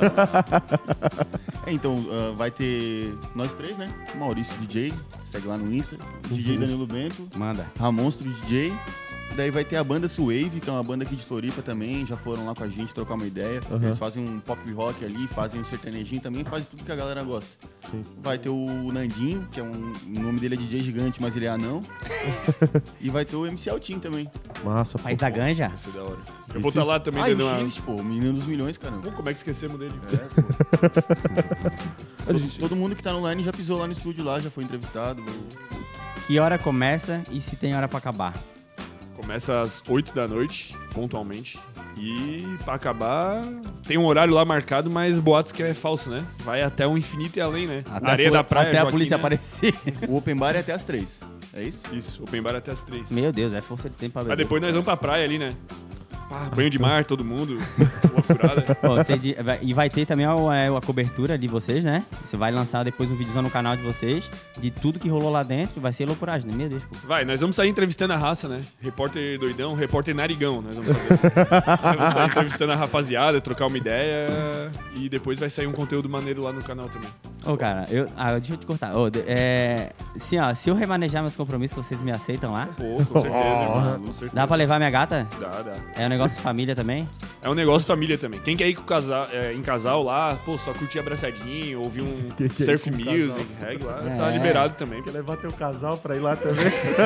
É, então, uh, vai ter nós três, né? Maurício D J, segue lá no Insta. D J Danilo Bento, Manda. Ramonstro D J. Daí vai ter a banda Swave, que é uma banda aqui de Floripa também. Já foram lá com a gente trocar uma ideia. Uhum. Eles fazem um pop rock ali, fazem um sertanejinho também, fazem tudo que a galera gosta. Sim. Vai ter o Nandinho, que é um. O nome dele é D J Gigante, mas ele é anão. E vai ter o M C Altin também. Massa, pô. País da Ganja? Vai ser da hora. Eu vou estar lá também Ah, e dando o uma... X, pô, o menino dos milhões, caramba. Pô, como é que esquecemos dele? É, pô. todo, todo mundo que tá no online já pisou lá no estúdio lá, já foi entrevistado. Que hora começa e se tem hora pra acabar? Começa às oito da noite, pontualmente. E pra acabar, tem um horário lá marcado, mas boatos que é falso, né? Vai até o infinito e além, né? Até Na areia a, pol- da praia, Até a Joaquim, polícia né? aparecer. O open bar é até as três. É isso? Isso, open bar até as três. Meu Deus, é força de tempo pra beber. Mas depois nós vamos pra praia ali, né? Pá, banho de mar, todo mundo. Boa furada. Pô, você de- vai- e vai ter também a, a- a cobertura de vocês, né? Você vai lançar depois um vídeo no canal de vocês de tudo que rolou lá dentro. Vai ser loucuragem, né? Meu Deus, pô. Vai, nós vamos sair entrevistando a raça, né? Repórter doidão, repórter narigão, nós vamos fazer. Vamos sair entrevistando a rapaziada, trocar uma ideia e depois vai sair um conteúdo maneiro lá no canal também. Ô, cara, eu, ah, deixa eu te cortar. Ô, de- é, assim, ó, se eu remanejar meus compromissos, vocês me aceitam lá? Pô, com certeza, mano, com certeza. Dá pra levar minha gata? Dá, dá. É um negócio de família também? É um negócio família também. Quem quer ir com o casal, é, em casal lá, pô, só curtir abraçadinho, ouvir um Quem quer ir surf com music, casal? reggae lá, É. tá liberado também. Quer levar teu casal pra ir lá também?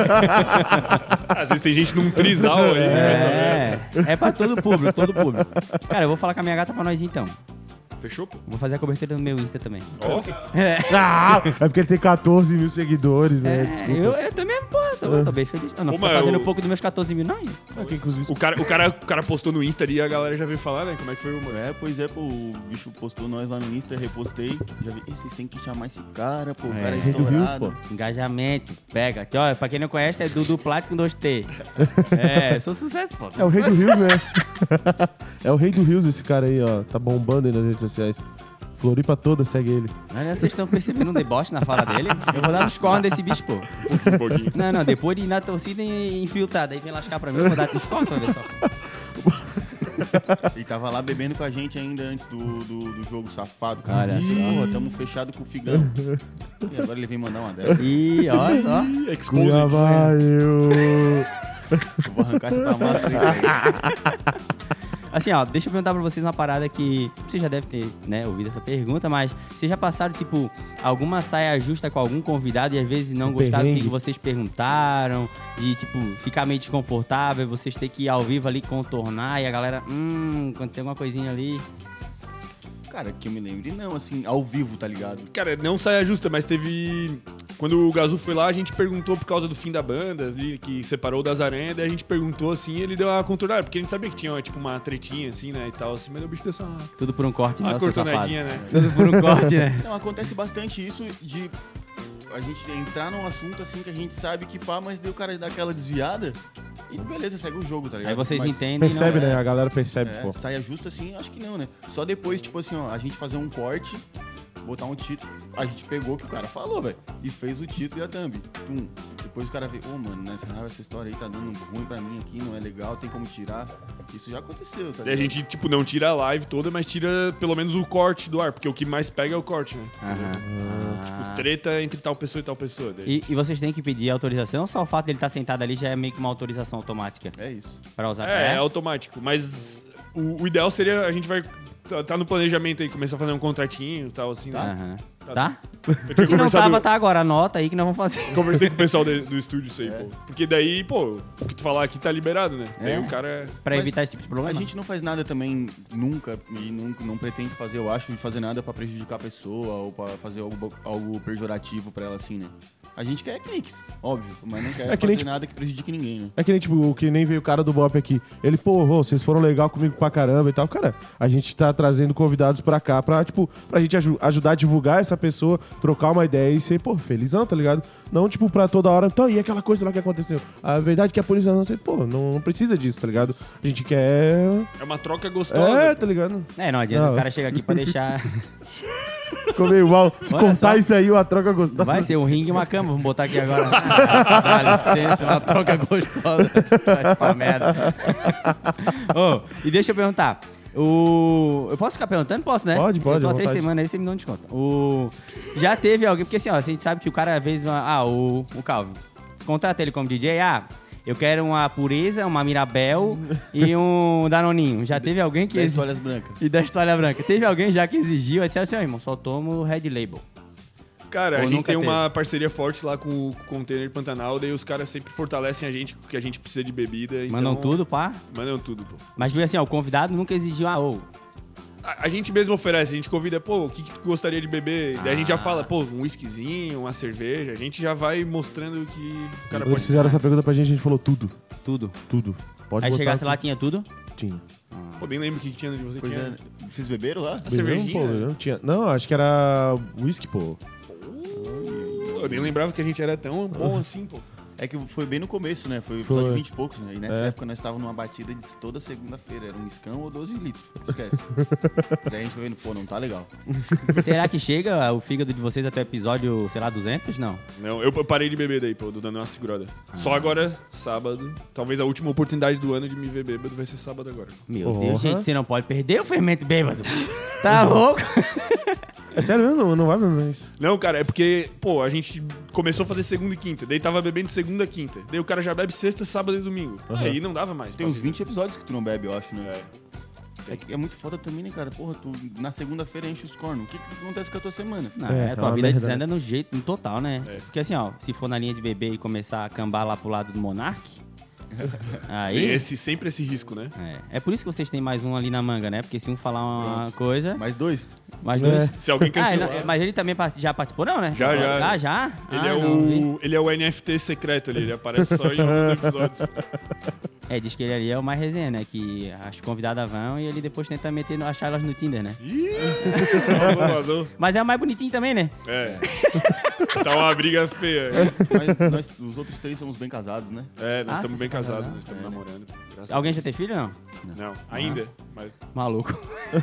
Às vezes tem gente num trisal aí, né? É, é pra todo público, todo público. Cara, eu vou falar com a minha gata pra nós então. Fechou, pô? Vou fazer a cobertura no meu Insta também. Ó, Ah, é porque ele tem catorze mil seguidores, né? É, Desculpa. eu, eu também, pô, tô, tô bem feliz. Eu não Pô, tô mas fazendo eu- um pouco dos meus catorze mil, não. Ah, quem inclusive o cara, o, cara, o cara postou no Insta ali e a galera já veio falar, né? Como é que foi o mano? É, pois é, pô, o bicho postou nós lá no Insta, repostei. Já vi, "Ei, vocês têm que chamar esse cara, pô, o cara é Rei do Rios, estourado. pô. Engajamento, pega. Aqui, ó, pra quem não conhece, é Dudu Plat com dois T. É, eu sou sucesso, pô. É o Rei do Rios, né? É o Rei do Rios esse cara aí, ó. Tá bombando aí nas redes sociais. Floripa toda segue ele. Olha, vocês estão percebendo um deboche na fala dele? Eu vou dar nos cornos desse bicho, pô. Um pouquinho. Não, não, depois de ir na torcida e infiltrada, aí vem lascar pra mim, eu vou dar nos cornos, olha só. E tava lá bebendo com a gente ainda antes do, do, do jogo, safado, cara. Olha só. Porra, tamo fechado com o Figão. E agora ele vem mandar uma dessa. Ih, olha só. Ih, exposed. Cuiabá, eu... Eu vou arrancar essa tua máscara aí, cara. Assim, ó, deixa eu perguntar pra vocês uma parada que você já deve ter, né, ouvido essa pergunta, mas vocês já passaram, tipo, alguma saia justa com algum convidado e às vezes não Um gostaram do que perrengue. vocês perguntaram e, tipo, ficar meio desconfortável, vocês ter que ir ao vivo ali contornar e a galera, hum, aconteceu alguma coisinha ali. Cara, que eu me lembre, não, assim, ao vivo, tá ligado? Cara, não saia justa, mas teve... Quando o Gazu foi lá, a gente perguntou por causa do fim da banda, ali, que separou das aranhas, daí a gente perguntou assim, e ele deu uma contornada, porque a gente sabia que tinha, tipo, uma tretinha assim, né, e tal, assim, mas o bicho deu só uma, Tudo por um corte, né, uma seu safado? cortonadinha, né? Tudo por um corte, né? Não, acontece bastante isso de a gente entrar num assunto assim que a gente sabe que pá, mas daí o cara dá aquela desviada e beleza, segue o jogo, tá ligado? Aí vocês Mas, entendem e Percebe, não... né? A galera percebe, É, pô. saia justa assim, acho que não, né? Só depois, tipo assim, ó, a gente fazer um corte, botar um título, a gente pegou o que o cara falou, velho, e fez o título e a thumb. Tum. Depois o cara vê, ô, mano, nessa raiva, essa história aí tá dando ruim pra mim aqui, não é legal, tem como tirar. Isso já aconteceu, tá Daí a ligado? gente, tipo, não tira a live toda, mas tira pelo menos o corte do ar, porque o que mais pega é o corte, né? Aham. Tipo, Ah. treta entre tal pessoa e tal pessoa. Daí. E, e vocês têm que pedir autorização ou só o fato dele estar sentado ali já é meio que uma autorização automática É isso. pra usar? É, é automático, mas o, o ideal seria, a gente vai... Tá, tá no planejamento aí, começar a fazer um contratinho e tal, assim, né? Aham. Tá. Tá? Eu tinha Se não conversado- tava, tá agora. Anota aí que nós vamos fazer. Conversei com o pessoal de- do estúdio isso aí, É. pô. Porque daí, pô, o que tu falar aqui tá liberado, né? É. Daí o cara... Pra Mas evitar esse tipo de problema. A gente não faz nada também nunca e nunca, não pretende fazer, eu acho, de fazer nada pra prejudicar a pessoa ou pra fazer algo, algo pejorativo pra ela assim, né? A gente quer cliques, óbvio, mas não quer É que nem, fazer tipo- nada que prejudique ninguém, né? É que nem, tipo, o que nem veio o cara do Bop aqui. Ele, pô, ô, vocês foram legal comigo pra caramba e tal. Cara, a gente tá trazendo convidados pra cá pra, tipo, pra gente aju- ajudar a divulgar essa pessoa, trocar uma ideia e ser, pô, felizão, tá ligado? Não, tipo, pra toda hora, então, e aquela coisa lá que aconteceu? A verdade é que a polícia não sei, pô, não, não precisa disso, tá ligado? A gente quer... É uma troca gostosa. É, pô. tá ligado? É, não adianta Não. o cara chegar aqui pra deixar... Ficou meio mal. Se Olha contar só. isso aí, uma troca gostosa. Vai ser um ringue e uma cama. Vamos botar aqui agora. Dá licença, uma troca gostosa. Vai pra merda. Ô, e deixa eu perguntar. O... Eu posso ficar perguntando? Posso, né? Pode, pode, Eu tô há à três vontade. semanas aí, você me dá um desconto. O... Já teve alguém... Porque assim, ó, a gente sabe que o cara às vezes... Ah, o, o Calvin. Contrata ele como D J. Ah, eu quero uma Pureza, uma Mirabel e um Danoninho. Já teve alguém que... dez exi- toalhas brancas. E da toalha branca. Teve alguém já que exigiu, aí disse assim, ó, irmão, só tomo o Red Label. Cara, Ou a gente nunca tem teve? uma parceria forte lá com o Container Pantanal, daí os caras sempre fortalecem a gente, que a gente precisa de bebida. Mandam então- tudo, pá. Mandam tudo, pô. Mas viu assim, ó, o convidado nunca exigiu, ah, ô, A, a gente mesmo oferece, a gente convida, pô, o que, que tu gostaria de beber? Daí a gente já fala, pô, um whiskyzinho, uma cerveja. A gente já vai mostrando que o cara Quando eles pode... fizeram essa pergunta pra gente, a gente falou tudo. tudo. Tudo. Pode Aí botar chegasse lá, aqui. tinha tudo. Tinha. Pô, nem lembro o que, que tinha de você. Pois Tinha... é, vocês beberam lá? A Bebeu, cervejinha? pô, não tinha. Não, acho que era whisky, pô. Eu nem lembrava que a gente era tão bom assim, pô. É que foi bem no começo, né? Foi o Foi. episódio de vinte e poucos, né? E nessa É. época nós estávamos numa batida de toda segunda-feira. Era um escão ou doze litros. Esquece. Daí a gente foi vendo, pô, não tá legal. Será que chega o fígado de vocês até o episódio, sei lá, duzentos? Não. Não, eu parei de beber daí, pô, dando uma segurada. Só agora, sábado. Talvez a última oportunidade do ano de me ver bêbado vai ser sábado agora. Meu Porra. Deus, gente, você não pode perder o fermento bêbado. Tá louco? É sério mesmo? Não, não vai beber isso. Não, cara, é porque, pô, a gente começou a fazer segunda e quinta. Daí tava bebendo segunda e quinta. Daí o cara já bebe sexta, sábado e domingo. Aí não dava mais. Tem pra uns beber. vinte episódios que tu não bebe, eu acho, né? É, que é muito foda também, né, cara? Porra, tu na segunda-feira enche os cornos. O que, que acontece com a tua semana? Não, É, é, é tua uma vida merda, desanda no jeito, no total, né? É. Porque assim, ó, se for na linha de beber e começar a cambar lá pro lado do Monark, Tem aí... esse, sempre esse risco, né? É. É por isso que vocês têm mais um ali na manga, né? Porque se um falar uma Pronto. coisa, Mais dois? mais dois... É. Se alguém Ah, ele cancelar... não- mas ele também part- já participou, não, né? Já, já. Ah, já? Ele, Ah, é não, vi. o, ele é o N F T secreto ali, ele aparece só em alguns episódios. É, diz que ele ali é o mais resenha, né? Que as convidadas vão e ele depois tenta meter, no- achar elas no Tinder, né? Ih, não, não, não. Mas é o mais bonitinho também, né? É. Tá uma briga feia. Mas nós, os outros três somos bem casados, né? É, nós Ah, estamos vocês bem são casados, casados, nós estamos É, né? namorando. graças a Alguém já Deus. tem filho ou não? Não, ainda. Mas Maluco.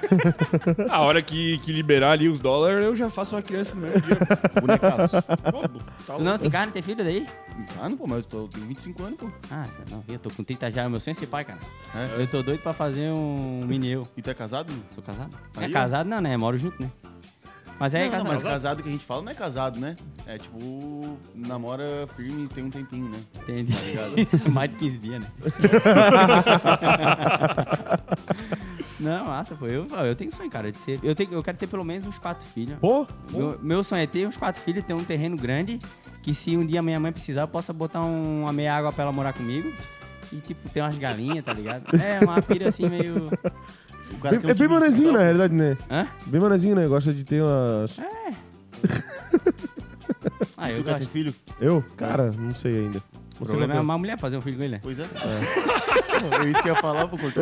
a hora que, que liberar ali os dólares, eu já faço uma criança no mesmo dia. Bonecaço. Pô, tá Tu não louco. se cara, não tem filho daí? Ah, não, pô, mas eu tô, tenho vinte e cinco anos, pô. Ah, você não, eu tô com trinta já, meu sonho é ser pai, cara. É. Eu tô doido pra fazer um mini eu. E tu é casado? Sou casado? Aí, é ó. casado não, né? Moro junto, né? Mas é não, não, casado. mas casado que a gente fala não é casado, né? É tipo, namora firme tem um tempinho, né? Entendi. Tá ligado? Mais de quinze dias, né? Não, massa, pô. Eu, eu tenho sonho, cara, de ser. Eu, tenho, eu quero ter pelo menos uns quatro filhos. Pô, Meu, meu sonho é ter uns quatro filhos, ter um terreno grande, que se um dia minha mãe precisar, eu possa botar um- uma meia água pra ela morar comigo. E, tipo, ter umas galinhas, tá ligado? É, uma pira assim meio. O cara bem- quer um é bem time de manezinho, na futsal, realidade, né? Hã? Bem manezinho, né? Gosta de ter umas... Ah, Tu eu quer ter gosto. filho? Eu? Cara, não sei ainda. O Você problema é vai- uma mulher fazer um filho com ele, né? Pois é. É, é isso que eu ia falar, pô, cortou.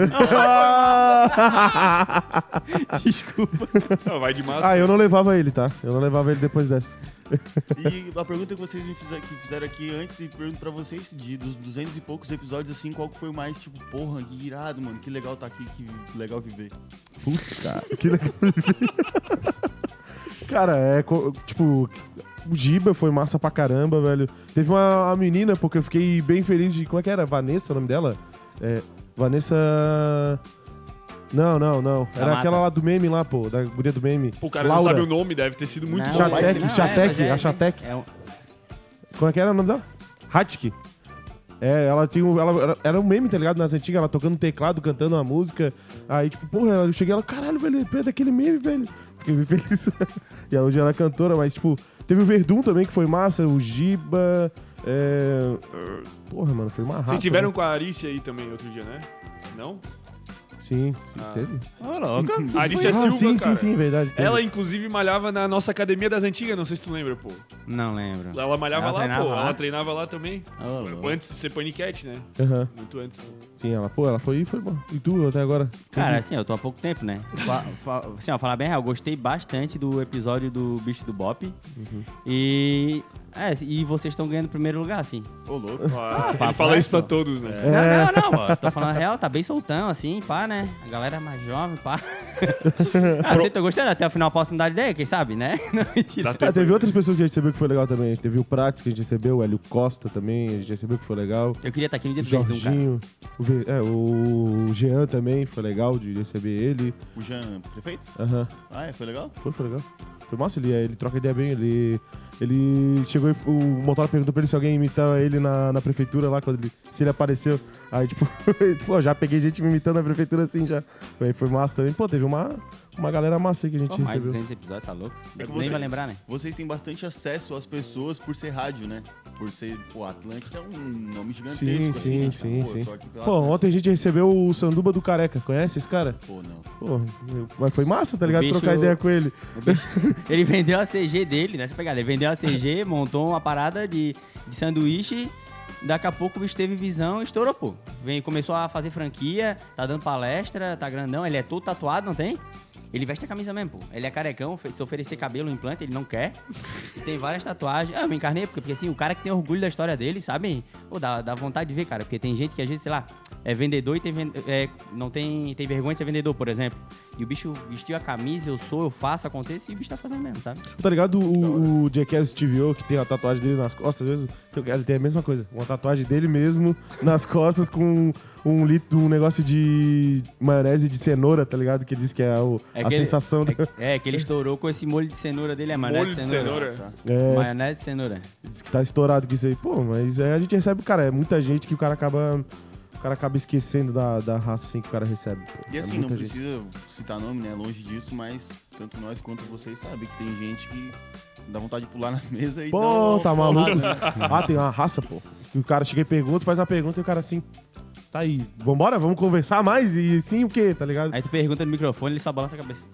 Desculpa. Não, vai de máscara. Ah, eu não levava ele, tá? Eu não levava ele depois dessa. E a pergunta que vocês me fizeram, que fizeram aqui antes, e pergunto pra vocês, de, dos duzentos e poucos episódios, assim, qual que foi o mais, tipo, porra, que irado, mano, que legal tá aqui, que legal viver. Putz, cara, que legal. Cara, é co- tipo, o Giba foi massa pra caramba, velho. Teve uma, uma menina, porque eu fiquei bem feliz de. Como é que era? Vanessa o nome dela? É, Vanessa. Não, não, não. Era Mata. aquela lá do meme lá, pô, da guria do meme. Pô, o cara não Laura. sabe o nome, deve ter sido muito Não, bom. Chatec, não, é, Chatec, mas é- a Chatec. É, um- Como é que era o nome dela? Hatke. É, ela tinha. um- Ela, era- era um meme, tá ligado? Nas antigas, ela tocando teclado, cantando uma música. Aí, tipo, porra, eu cheguei ela, caralho, velho, é daquele meme, velho. Fiquei bem feliz. E ela hoje ela é cantora, mas, tipo, teve o Verdun também, que foi massa, o Giba. É... Porra, mano, foi uma raça. Vocês tiveram né? com a Arícia aí também outro dia, né? Não? Sim, sim, Ah. teve. A Arícia Ah, Silva, sim, cara. sim, sim, verdade. teve. Ela, inclusive, malhava na nossa academia das antigas, não sei se tu lembra, pô. Não lembro. Ela malhava Ela lá, treinava pô. lá? Ela treinava lá também. Ô, louco. Antes de ser paniquete, né? Aham. Muito antes. Sim, ela, pô, ela foi e foi bom. E tu, até agora? Cara, assim, eu tô há pouco tempo, né? Fa- fa- Assim, ó, falar bem real, eu gostei bastante do episódio do Bicho do Bop. Uhum. E... É, e vocês estão ganhando o primeiro lugar, assim. Ô, louco. Ah, ele papo fala reto. isso pra todos, né? É. Não, não, não, ó, tô falando real, tá bem soltão, assim, pá, né? A galera mais jovem, pá. Ah, você tá gostando? Até o final posso mudar de ideia, quem sabe, né? Não, mentira. Ah, teve outras pessoas que a gente recebeu que foi legal também. Teve o Prates que a gente recebeu, o Hélio Costa também, a gente recebeu que foi legal. Eu queria estar aqui no dia O do Verdun, cara. Jorginho, o, Ve- é, o Jean também, foi legal de receber ele. O Jean, prefeito? Aham, Ah, é? Foi legal? foi, foi legal. Foi massa, ele, ele troca ideia bem, ele, ele chegou e o Motora perguntou pra ele se alguém imitava ele na, na prefeitura lá, quando ele, se ele apareceu. Aí, tipo, pô, já peguei gente me imitando na prefeitura assim já. Foi, foi massa também. Pô, teve uma, uma galera massa aí que a gente Pô, mais de recebeu. duzentos episódios, tá louco? É que Nem você- vai lembrar, né? Vocês têm bastante acesso às pessoas por ser rádio, né? Por ser, pô, Atlântida é um nome gigantesco, Sim, assim, sim, né? sim, Pô, eu sim. tô aqui pela Pô, Atlântida. ontem a gente recebeu o Sanduba do Careca. Conhece esse cara? Pô, não. Pô, mas foi massa, tá O ligado? bicho- Trocar ideia com ele. Ele vendeu a C G dele, nessa pegada. Ele vendeu a C G, montou uma parada de, de sanduíche. Daqui a pouco o bicho teve visão e estourou, pô. Vem, começou a fazer franquia, tá dando palestra, tá grandão. Ele é todo tatuado, não tem? Ele veste a camisa mesmo, pô. Ele é carecão, fe- se oferecer cabelo, um implante, ele não quer. E tem várias tatuagens. Ah, eu me encarnei, porque, porque assim, o cara que tem orgulho da história dele, sabe? Pô, dá, dá vontade de ver, cara. Porque tem gente que às vezes, sei lá, é vendedor e tem, ven- é, não tem, tem vergonha de ser vendedor, por exemplo. E o bicho vestiu a camisa, eu sou, eu faço, acontece, e o bicho tá fazendo mesmo, sabe? Tá ligado o, o Jackass T V O, que tem a tatuagem dele nas costas mesmo? Ele tem a mesma coisa. Uma tatuagem dele mesmo nas costas com um litro, um negócio de maionese de cenoura, tá ligado? Que ele diz que é o, É a que ele- sensação da... É, é que ele estourou com esse molho de cenoura dele, é maionese Molho de de cenoura. cenoura. Tá. É, Maionese de cenoura. diz que tá estourado com isso aí. Pô, mas é, a gente recebe, cara, é muita gente que o cara acaba... O cara acaba esquecendo da, da raça assim que o cara recebe. Pô. E É assim, não muita gente. precisa citar nome, né? Longe disso, mas tanto nós quanto vocês sabem que tem gente que dá vontade de pular na mesa e Pô, dá uma tá porrada, maluco? né? Ah, tem uma raça, pô. Que o cara chega e pergunta, faz a pergunta e o cara assim... Tá aí, vambora, vamos conversar mais? E sim o quê, tá ligado? Aí tu pergunta no microfone, ele só balança a cabeça.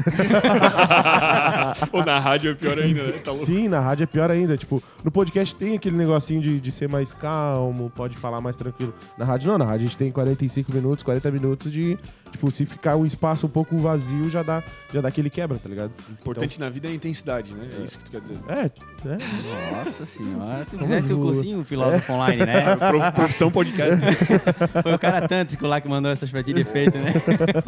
Ou na rádio é pior ainda, né? Tá louco. Sim, na rádio é pior ainda. Tipo, no podcast tem aquele negocinho de, de ser mais calmo, pode falar mais tranquilo. Na rádio não, na rádio a gente tem quarenta e cinco minutos, quarenta minutos de... Tipo, se ficar um espaço um pouco vazio, já dá, já dá aquele quebra, tá ligado? O importante na vida é a intensidade, né? É isso que tu quer dizer. Então, é, é. Nossa senhora, tu Vamos fizesse o voar. cursinho filósofo online, né? Pro- Profissão podcast. Foi o cara tântrico lá que mandou essas pra ti de efeito, né?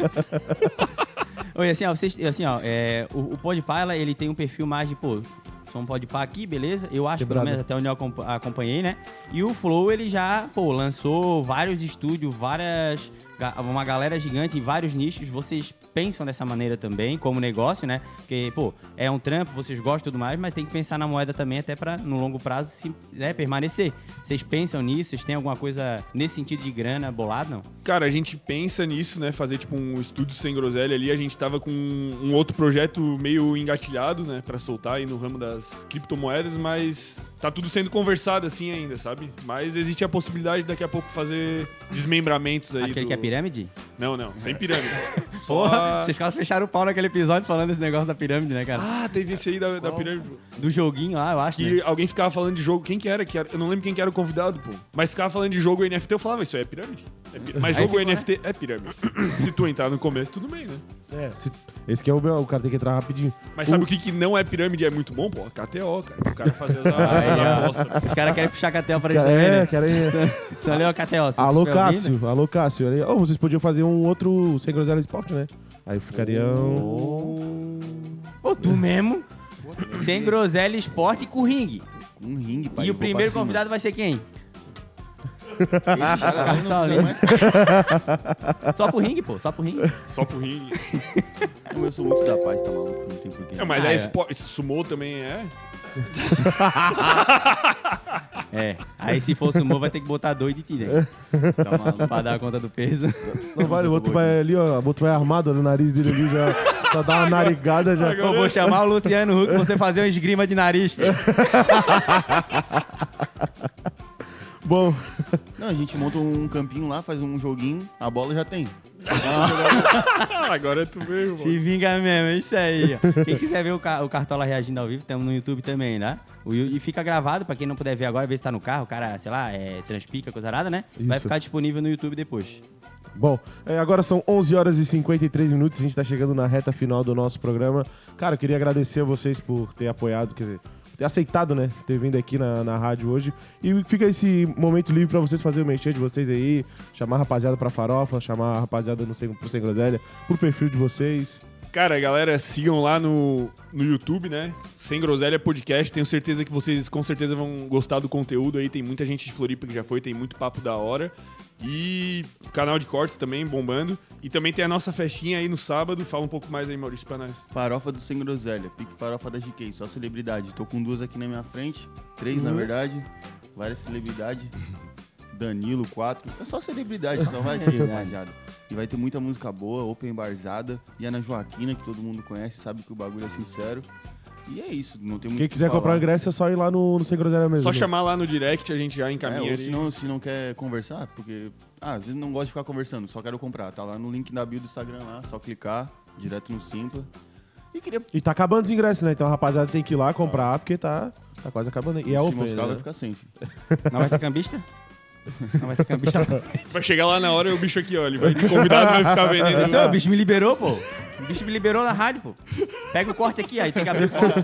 Oi, assim, ó, vocês, assim, ó, é, o, o Podpah, ela- ele tem um perfil mais de, pô, sou um Podpah aqui, beleza? Eu acho, Quebrada. pelo menos, até onde eu acompa- acompanhei, né? E o Flow, ele já, pô, lançou vários estúdios, várias... ga- Uma galera gigante em vários nichos. Vocês pensam dessa maneira também, como negócio, né? Porque, pô, é um trampo, vocês gostam e tudo mais, mas tem que pensar na moeda também, até pra, no longo prazo, se, né, permanecer. Vocês pensam nisso? Vocês têm alguma coisa nesse sentido de grana bolado, não? Cara, a gente pensa nisso, né? Fazer tipo um estúdio sem groselha ali. A gente tava com um outro projeto meio engatilhado, né? Pra soltar aí no ramo das criptomoedas, mas tá tudo sendo conversado assim ainda, sabe? Mas existe a possibilidade de daqui a pouco fazer desmembramentos aí. Aquele do... que é pirâmide? Não, não, sem pirâmide. Porra, Só... vocês quase fecharam o pau naquele episódio falando desse negócio da pirâmide, né, cara? Ah, teve esse aí da, da pirâmide. Do joguinho lá, eu acho, Que né? alguém ficava falando de jogo. Quem que era? que era? Eu não lembro quem que era o convidado, pô. Mas ficava falando de jogo N F T, eu falava, isso aí é pirâmide. É pi- Mas Aí jogo ficou, N F T é pirâmide. Se tu entrar no começo, tudo bem, né? É, se- esse que é o meu, o cara tem que entrar rapidinho. Mas sabe o que, que não é pirâmide e é muito bom, pô? K T O, cara. O cara fazer as, as Aí, ó. apostas. Os caras querem puxar Catel pra gente Cara, também, é, né? querem... Então, ali, ó, Catel, se Alô, você estiver ouvindo- Cássio, alô, Cássio. Olha aí. Ô, vocês podiam fazer um outro Sem Groselha Esporte, né? Aí ficariam... Pô, tu mesmo? Pô, tem Sem que- groselha, esporte e com ringue. Com um ringue, pai. E o vou primeiro pra cima. convidado vai ser quem? Esse cara aí não Tá tem ali. mais- Só pro ringue, pô, só pro ringue. Só pro ringue. Não, eu sou muito da paz, tá maluco? Não tem porquê. É, mas Ah, é é. esporte. Sumô também é. É, aí se for sumô vai ter que botar dois de ti, né? Tá maluco. Pra dar conta do peso. Não vale, o outro vai ali, ó. O outro vai armado no nariz dele ali, já. Só dá uma narigada já. Eu vou chamar o Luciano Huck pra você fazer uma esgrima de nariz. filho. Bom, Não, a gente monta um campinho lá, faz um joguinho, a bola já tem. Agora é tu mesmo, Se vinga mesmo, é isso aí. Ó. Quem quiser ver o, Ca- o Cartola reagindo ao vivo, temos no YouTube também, né? O, e fica gravado, pra quem não puder ver agora, às vezes tá no carro, o cara, sei lá, é, transpica, coisa nada, né? Vai Isso. ficar disponível no YouTube depois. Bom, é, agora são onze horas e cinquenta e três minutos, a gente tá chegando na reta final do nosso programa. Cara, eu queria agradecer a vocês por ter apoiado, quer dizer, ter aceitado, né, ter vindo aqui na, na rádio hoje. E fica esse momento livre pra vocês fazerem o mexer de vocês aí, chamar a rapaziada pra farofa, chamar a rapaziada no Sem, pro Sem Groselha, pro perfil de vocês. Cara, galera, sigam lá no, no YouTube, né? Sem Groselha Podcast. Tenho certeza que vocês com certeza vão gostar do conteúdo aí. Tem muita gente de Floripa que já foi, tem muito papo da hora. E o canal de cortes também bombando. E também tem a nossa festinha aí no sábado. Fala um pouco mais aí, Maurício, pra nós. Farofa do Sem Groselha, pique farofa da G K, só celebridade. Tô com duas aqui na minha frente, três na verdade, várias celebridades. Danilo, quatro. É só celebridade, só vai ter, rapaziada. E vai ter muita música boa, open barzada. E Ana Joaquina, que todo mundo conhece, sabe que o bagulho é sincero. E é isso, não tem muito Quem o que quiser falar. comprar o ingresso é só ir lá no, no Sem Groselha mesmo. Só né? chamar lá no direct, a gente já É, encaminha ou ali. se não, se não quer conversar, porque ah, às vezes não gosta de ficar conversando, só quero comprar. Tá lá no link da bio do Instagram lá, só clicar, direto no Simpla. E queria... E tá acabando os ingressos, né? Então a rapaziada tem que ir lá comprar, porque tá, tá quase acabando. E é se open, moscar, né? vai ficar sem, filho. Não vai ter cambista? Não vai ter cambista. Vai chegar lá na hora e o bicho aqui, ó. Ele vai te convidar, vai ficar vendendo. Esse, ó, o bicho me liberou, pô. O bicho me liberou na rádio, pô. Pega o corte aqui, aí tem que abrir o corte.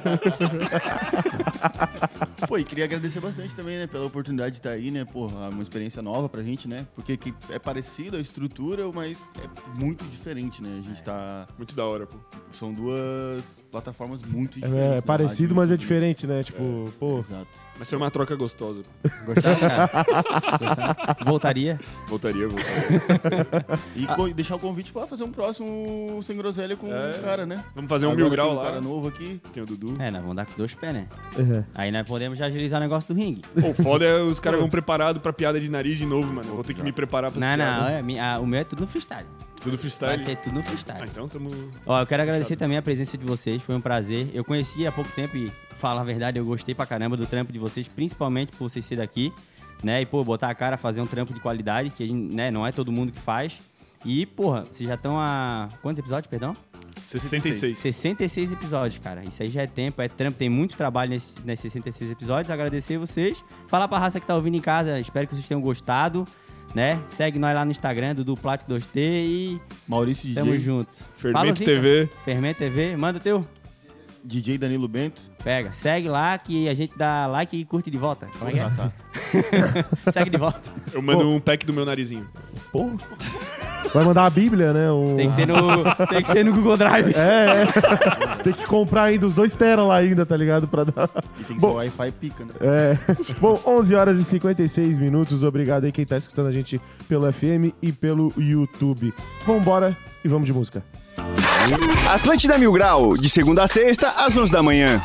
Pô, e queria agradecer bastante também, né, pela oportunidade de estar aí, né, porra, uma experiência nova pra gente, né, porque que é parecido a estrutura, mas é muito diferente, né, a gente tá... Muito da hora, pô. São duas plataformas muito diferentes. É, é né, parecido, rádio, mas é YouTube. diferente, né? Tipo, pô. Exato. Mas foi uma troca gostosa. Pô. Gostasse, cara? Gostasse? Voltaria? Voltaria, voltaria. E co- deixar o convite pra fazer um próximo Sem Groselha com É. os caras, né. Vamos fazer um Agora mil grau tem um lá. cara novo aqui. Tem o Dudu. É, nós vamos dar com dois pés, né? É. Aí nós podemos já agilizar o negócio do ringue. Pô, foda é os caras vão preparados pra piada de nariz de novo, mano. Eu vou ter que me preparar pra Não, essa não, piada. é, mi- a- o meu é tudo no freestyle. Tudo Vai freestyle. ser tudo no Ah, freestyle. então tamo... Ó, eu quero agradecer também a presença de vocês, foi um prazer. Eu conheci há pouco tempo e, falar a verdade, eu gostei pra caramba do trampo de vocês, principalmente por vocês ser daqui, né? E, pô, botar a cara, fazer um trampo de qualidade, que a gente, né, não é todo mundo que faz. E, porra, vocês já estão há... Quantos episódios, perdão? sessenta e seis. sessenta e seis episódios, cara. Isso aí já é tempo, é trampo, tem muito trabalho nesses, nesses sessenta e seis episódios. Agradecer vocês. Falar pra raça que tá ouvindo em casa, espero que vocês tenham gostado, né? Segue nós lá no Instagram, Dudu Plático dois T e Maurício D J. tamo junto. Fala Fermento assim, T V. Fermento T V, manda o teu. D J Danilo Bento. Pega, segue lá que a gente dá like e curte de volta. Como é que é? Sassá. Segue de volta. Eu mando um pack do meu narizinho. Pô. Vai mandar a Bíblia, né? Um... Tem que ser no, tem que ser no Google Drive. É, é. Tem que comprar ainda os dois tera lá ainda, tá ligado? Pra dar... E tem que Bom. ser Wi-Fi pica, né? É. Bom, onze horas e cinquenta e seis minutos. Obrigado aí quem tá escutando a gente pelo F M e pelo YouTube. Vambora e vamos de música. Atlântida Mil Grau, de segunda a sexta, às onze da manhã.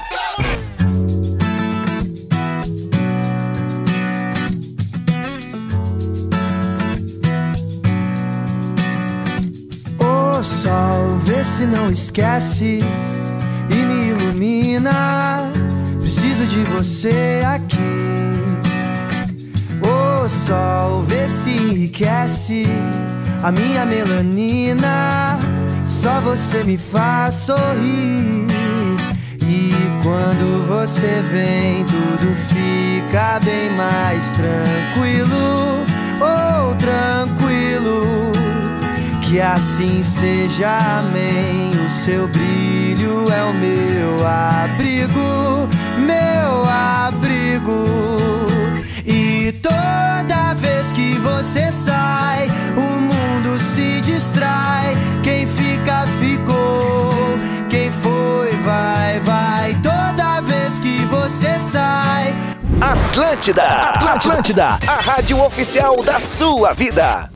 O sol, vê se não esquece e me ilumina. Preciso de você aqui. O sol, vê se enriquece a minha melanina. Só você me faz sorrir. E quando você vem, tudo fica bem mais tranquilo. Oh, tranquilo. Que assim seja, amém. O seu brilho é o meu abrigo, meu abrigo. E toda vez que você sai, o mundo se distrai. Quem fica, ficou. Quem foi, vai, vai. Toda vez que você sai. Atlântida, Atlântida, a rádio oficial da sua vida.